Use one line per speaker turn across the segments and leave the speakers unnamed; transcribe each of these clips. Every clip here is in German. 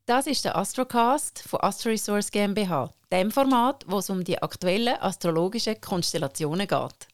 Das ist der Astrocast von AstroResource GmbH, dem Format, wo es um die aktuellen astrologischen Konstellationen geht.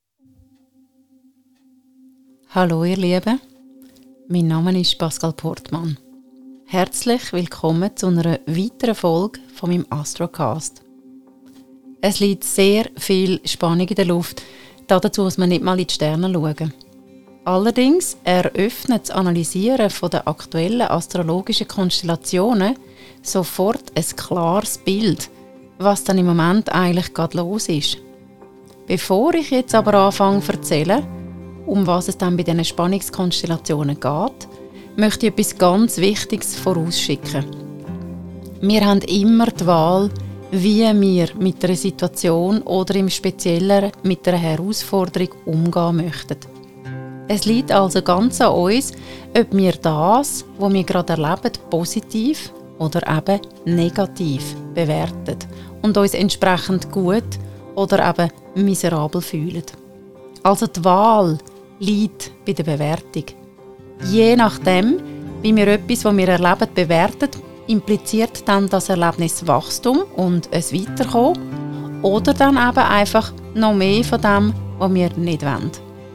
Hallo ihr Lieben, mein Name ist Pascal Portmann. Herzlich willkommen zu einer weiteren Folge von meinem Astrocast. Es liegt sehr viel Spannung in der Luft, dazu muss man nicht mal in die Sterne schauen. Allerdings eröffnet das Analysieren der aktuellen astrologischen Konstellationen sofort ein klares Bild, was dann im Moment eigentlich gerade los ist. Bevor ich jetzt aber anfange zu erzählen, um was es dann bei diesen Spannungskonstellationen geht, möchte ich etwas ganz Wichtiges vorausschicken. Wir haben immer die Wahl, wie wir mit einer Situation oder im Speziellen mit einer Herausforderung umgehen möchten. Es liegt also ganz an uns, ob wir das, was wir gerade erleben, positiv oder eben negativ bewerten und uns entsprechend gut oder eben miserabel fühlen. Also die Wahl liegt bei der Bewertung. Je nachdem, wie wir etwas, was wir erleben, bewerten, impliziert dann das Erlebnis Wachstum und ein Weiterkommen oder dann eben einfach noch mehr von dem, was wir nicht wollen.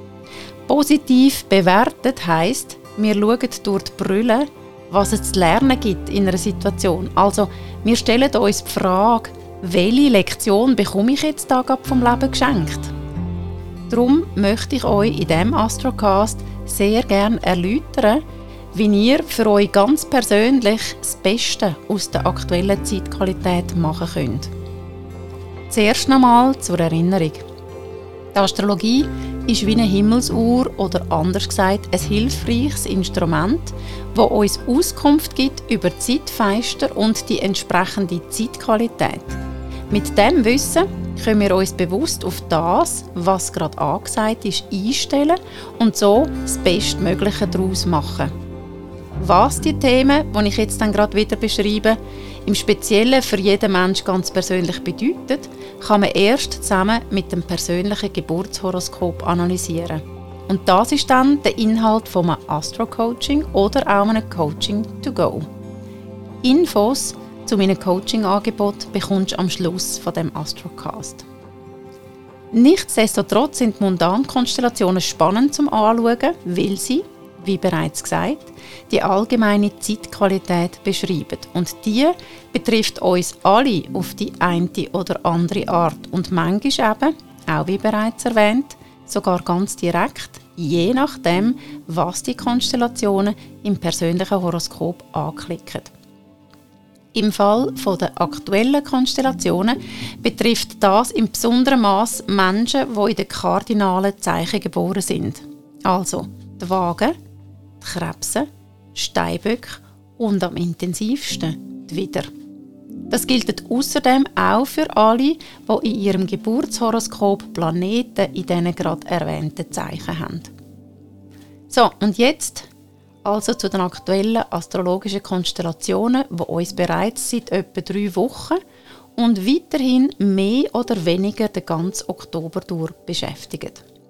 Positiv bewertet heisst, wir schauen durch die Brille, was es zu lernen gibt in einer Situation. Also, wir stellen uns die Frage, welche Lektion bekomme ich jetzt da vom Leben geschenkt? Darum möchte ich euch in diesem Astrocast sehr gerne erläutern, wie ihr für euch ganz persönlich das Beste aus der aktuellen Zeitqualität machen könnt. Zuerst nochmal zur Erinnerung. Die Astrologie ist wie eine Himmelsuhr oder anders gesagt ein hilfreiches Instrument, das uns Auskunft gibt über die Zeitfenster und die entsprechende Zeitqualität. Mit diesem Wissen können wir uns bewusst auf das, was gerade angesagt ist, einstellen und so das Bestmögliche daraus machen. Was die Themen, die ich jetzt dann gerade wieder beschreibe, im Speziellen für jeden Menschen ganz persönlich bedeutet, kann man erst zusammen mit dem persönlichen Geburtshoroskop analysieren. Und das ist dann der Inhalt von einem Astro-Coaching oder auch einem Coaching to go. Infos zu meinem Coaching-Angebot bekommst du am Schluss von dem Astrocast. Nichtsdestotrotz sind die Mundankonstellationen spannend zum Anschauen, weil sie, wie bereits gesagt, die allgemeine Zeitqualität beschreiben. Und die betrifft uns alle auf die eine oder andere Art. Und manchmal eben, auch wie bereits erwähnt, sogar ganz direkt, je nachdem, was die Konstellationen im persönlichen Horoskop anklicken. Im Fall der aktuellen Konstellationen betrifft das in besonderem Maß Menschen, die in den kardinalen Zeichen geboren sind. Also die Waage, die Krebse, Steinböcke und am intensivsten die Widder. Das gilt außerdem auch für alle, die in ihrem Geburtshoroskop Planeten in diesen gerade erwähnten Zeichen haben. So, und jetzt also zu den aktuellen astrologischen Konstellationen, die uns bereits seit etwa 3 Wochen und weiterhin mehr oder weniger den ganzen Oktober durch beschäftigen.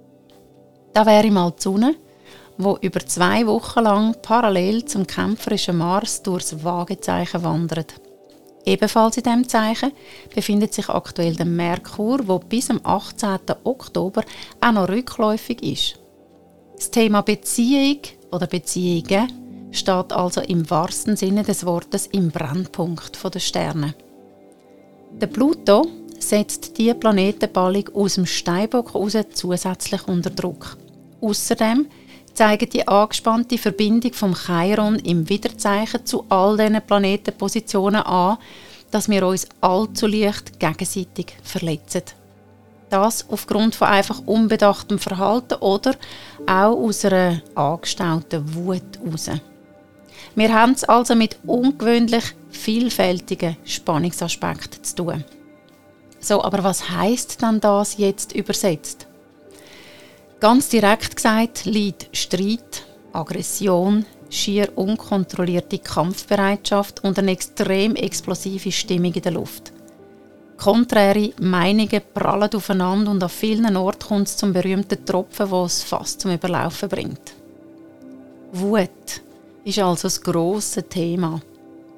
Da wäre mal die Sonne, wo über 2 Wochen lang parallel zum kämpferischen Mars durchs Waagezeichen wandert. Ebenfalls in diesem Zeichen befindet sich aktuell der Merkur, der bis am 18. Oktober auch noch rückläufig ist. Das Thema Beziehung oder Beziehungen steht also im wahrsten Sinne des Wortes im Brennpunkt der Sterne. Der Pluto setzt diese Planetenballung aus dem Steinbock heraus zusätzlich unter Druck. Außerdem zeigt die angespannte Verbindung vom Chiron im Widderzeichen zu all diesen Planetenpositionen an, dass wir uns allzu leicht gegenseitig verletzen. Das aufgrund von einfach unbedachtem Verhalten oder auch aus einer angestauten Wut heraus. Wir haben es also mit ungewöhnlich vielfältigen Spannungsaspekten zu tun. So, aber was heisst dann das jetzt übersetzt? Ganz direkt gesagt liegt Streit, Aggression, schier unkontrollierte Kampfbereitschaft und eine extrem explosive Stimmung in der Luft. Konträre Meinungen prallen aufeinander und an vielen Orten kommt es zum berühmten Tropfen, der es fast zum Überlaufen bringt. Wut ist also das grosse Thema.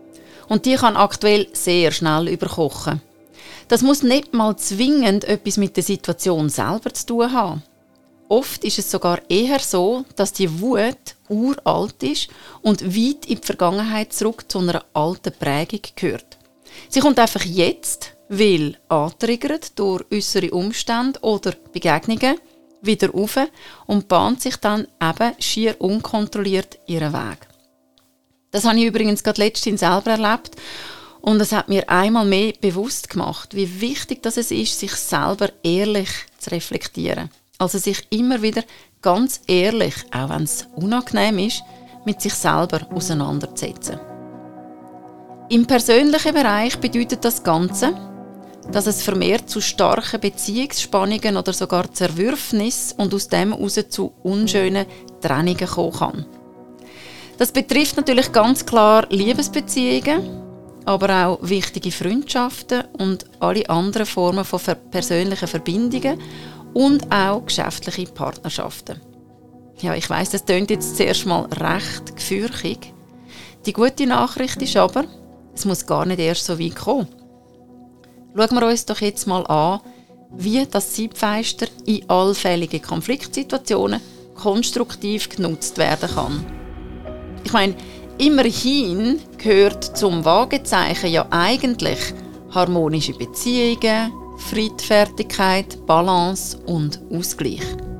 Und die kann aktuell sehr schnell überkochen. Das muss nicht mal zwingend etwas mit der Situation selber zu tun haben. Oft ist es sogar eher so, dass die Wut uralt ist und weit in die Vergangenheit zurück zu einer alten Prägung gehört. Sie kommt einfach jetzt, weil angetriggert durch äußere Umstände oder Begegnungen, wieder auf und bahnt sich dann eben schier unkontrolliert ihren Weg. Das habe ich übrigens gerade letztens selber erlebt und es hat mir einmal mehr bewusst gemacht, wie wichtig das es ist, sich selber ehrlich zu reflektieren. Also sich immer wieder ganz ehrlich, auch wenn es unangenehm ist, mit sich selber auseinanderzusetzen. Im persönlichen Bereich bedeutet das Ganze, dass es vermehrt zu starken Beziehungsspannungen oder sogar Zerwürfnissen und aus dem heraus zu unschönen Trennungen kommen kann. Das betrifft natürlich ganz klar Liebesbeziehungen, aber auch wichtige Freundschaften und alle anderen Formen von persönlichen Verbindungen und auch geschäftliche Partnerschaften. Ja, ich weiss, das klingt jetzt zuerst mal recht gefürchtig. Die gute Nachricht ist aber, es muss gar nicht erst so weit kommen. Schauen wir uns doch jetzt mal an, wie das Zeitfenster in allfälligen Konfliktsituationen konstruktiv genutzt werden kann. Ich meine, immerhin gehört zum Waagezeichen ja eigentlich harmonische Beziehungen, Friedfertigkeit, Balance und Ausgleich.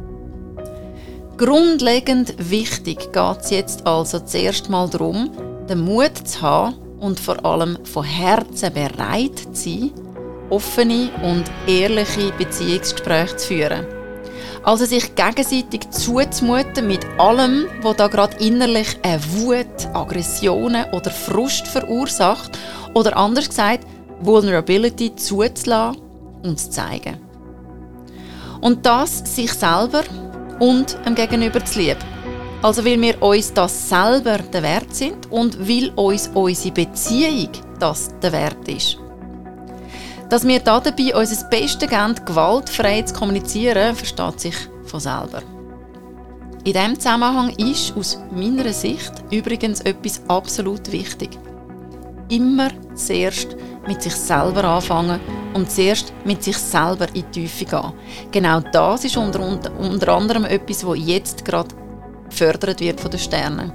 Grundlegend wichtig geht es jetzt also zuerst mal darum, den Mut zu haben und vor allem von Herzen bereit zu sein, offene und ehrliche Beziehungsgespräche zu führen. Also sich gegenseitig zuzumuten mit allem, was da gerade innerlich eine Wut, Aggressionen oder Frust verursacht oder anders gesagt, Vulnerability zuzulassen und zu zeigen. Und das sich selber und dem Gegenüber zu lieb. Also weil wir uns das selber der Wert sind und weil uns unsere Beziehung das der Wert ist. Dass wir dabei unser Bestes geben, gewaltfrei zu kommunizieren, versteht sich von selber. In diesem Zusammenhang ist aus meiner Sicht übrigens etwas absolut wichtig. Immer zuerst mit sich selber anfangen und zuerst mit sich selber in die Tiefe gehen. Genau das ist unter anderem etwas, was jetzt gerade gefördert wird von den Sternen.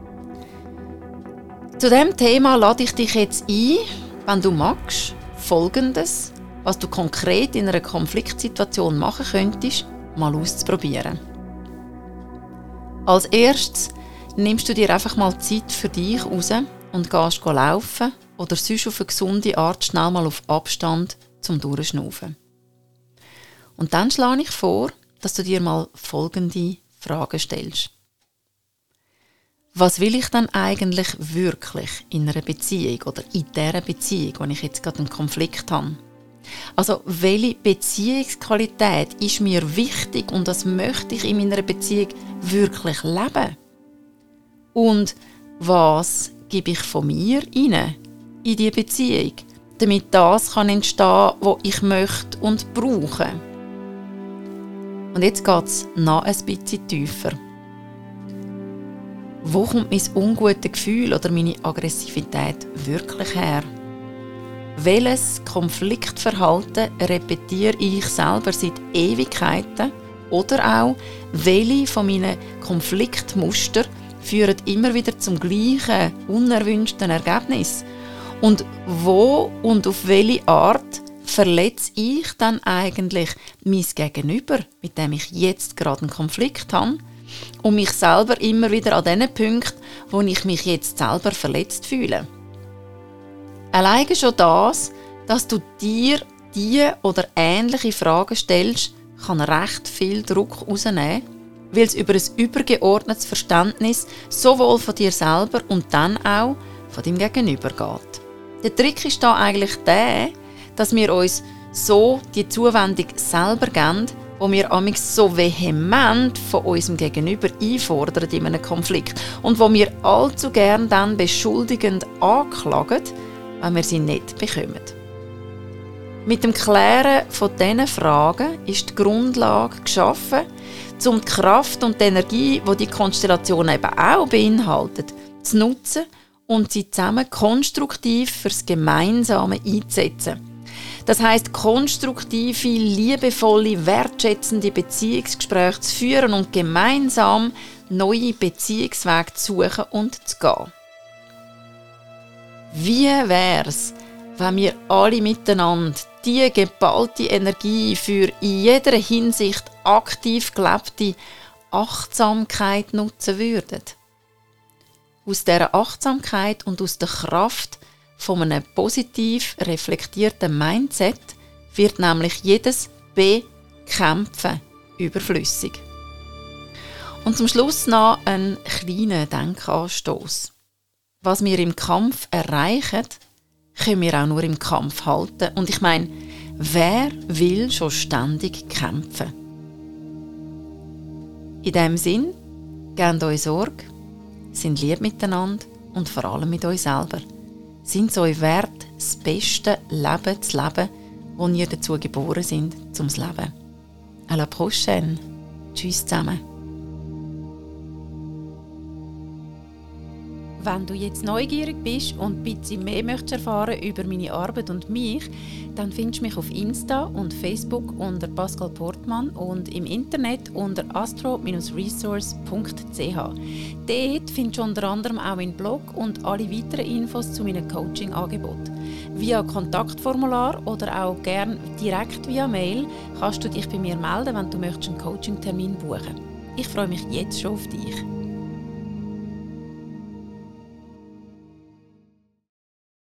Zu diesem Thema lade ich dich jetzt ein, wenn du magst, Folgendes, was du konkret in einer Konfliktsituation machen könntest, mal auszuprobieren. Als erstes nimmst du dir einfach mal Zeit für dich raus und gehst laufen oder sonst auf eine gesunde Art schnell mal auf Abstand zum Durchschnaufen. Und dann schlage ich vor, dass du dir mal folgende Fragen stellst. Was will ich dann eigentlich wirklich in einer Beziehung oder in dieser Beziehung, wo ich jetzt gerade einen Konflikt habe? Also, welche Beziehungsqualität ist mir wichtig und was möchte ich in meiner Beziehung wirklich leben? Und was gebe ich von mir rein in diese Beziehung, damit das kann entstehen, was ich möchte und brauche? Und jetzt geht es noch ein bisschen tiefer. Wo kommt mein ungutes Gefühl oder meine Aggressivität wirklich her? Welches Konfliktverhalten repetiere ich selber seit Ewigkeiten? Oder auch, welche von meinen Konfliktmustern führen immer wieder zum gleichen, unerwünschten Ergebnis? Und wo und auf welche Art verletze ich dann eigentlich mein Gegenüber, mit dem ich jetzt gerade einen Konflikt habe? Und mich selber immer wieder an den Punkten, wo ich mich jetzt selber verletzt fühle. Alleine schon das, dass du dir diese oder ähnliche Fragen stellst, kann recht viel Druck rausnehmen, weil es über ein übergeordnetes Verständnis sowohl von dir selber und dann auch von deinem Gegenüber geht. Der Trick ist da eigentlich der, dass wir uns so die Zuwendung selber geben, wo wir amigs so vehement von unserem Gegenüber einfordern in einem Konflikt und wo wir allzu gern dann beschuldigend anklagen, wenn wir sie nicht bekommen. Mit dem Klären von diesen Fragen ist die Grundlage geschaffen, um die Kraft und die Energie, die die Konstellation eben auch beinhaltet, zu nutzen und sie zusammen konstruktiv fürs Gemeinsame einzusetzen. Das heisst, konstruktive, liebevolle, wertschätzende Beziehungsgespräche zu führen und gemeinsam neue Beziehungswege zu suchen und zu gehen. Wie wär's, wenn wir alle miteinander diese geballte Energie für in jeder Hinsicht aktiv gelebte Achtsamkeit nutzen würden? Aus dieser Achtsamkeit und aus der Kraft von einem positiv reflektierten Mindset wird nämlich jedes Bekämpfen überflüssig. Und zum Schluss noch ein kleiner Denkanstoss. Was wir im Kampf erreichen, können wir auch nur im Kampf halten. Und ich meine, wer will schon ständig kämpfen? In diesem Sinn, gebt euch Sorge, sind lieb miteinander und vor allem mit euch selber. Sind es euch wert, das beste Leben zu leben, wo ihr dazu geboren sind, zum Leben. À la prochaine. Tschüss zusammen. Wenn du jetzt neugierig bist und ein bisschen mehr möchtest erfahren über meine Arbeit und mich, dann findest du mich auf Insta und Facebook unter Pascal Portmann und im Internet unter astro-resource.ch. Dort findest du unter anderem auch meinen Blog und alle weiteren Infos zu meinen Coaching-Angeboten. Via Kontaktformular oder auch gerne direkt via Mail kannst du dich bei mir melden, wenn du einen Coaching-Termin buchen möchtest. Ich freue mich jetzt schon auf dich.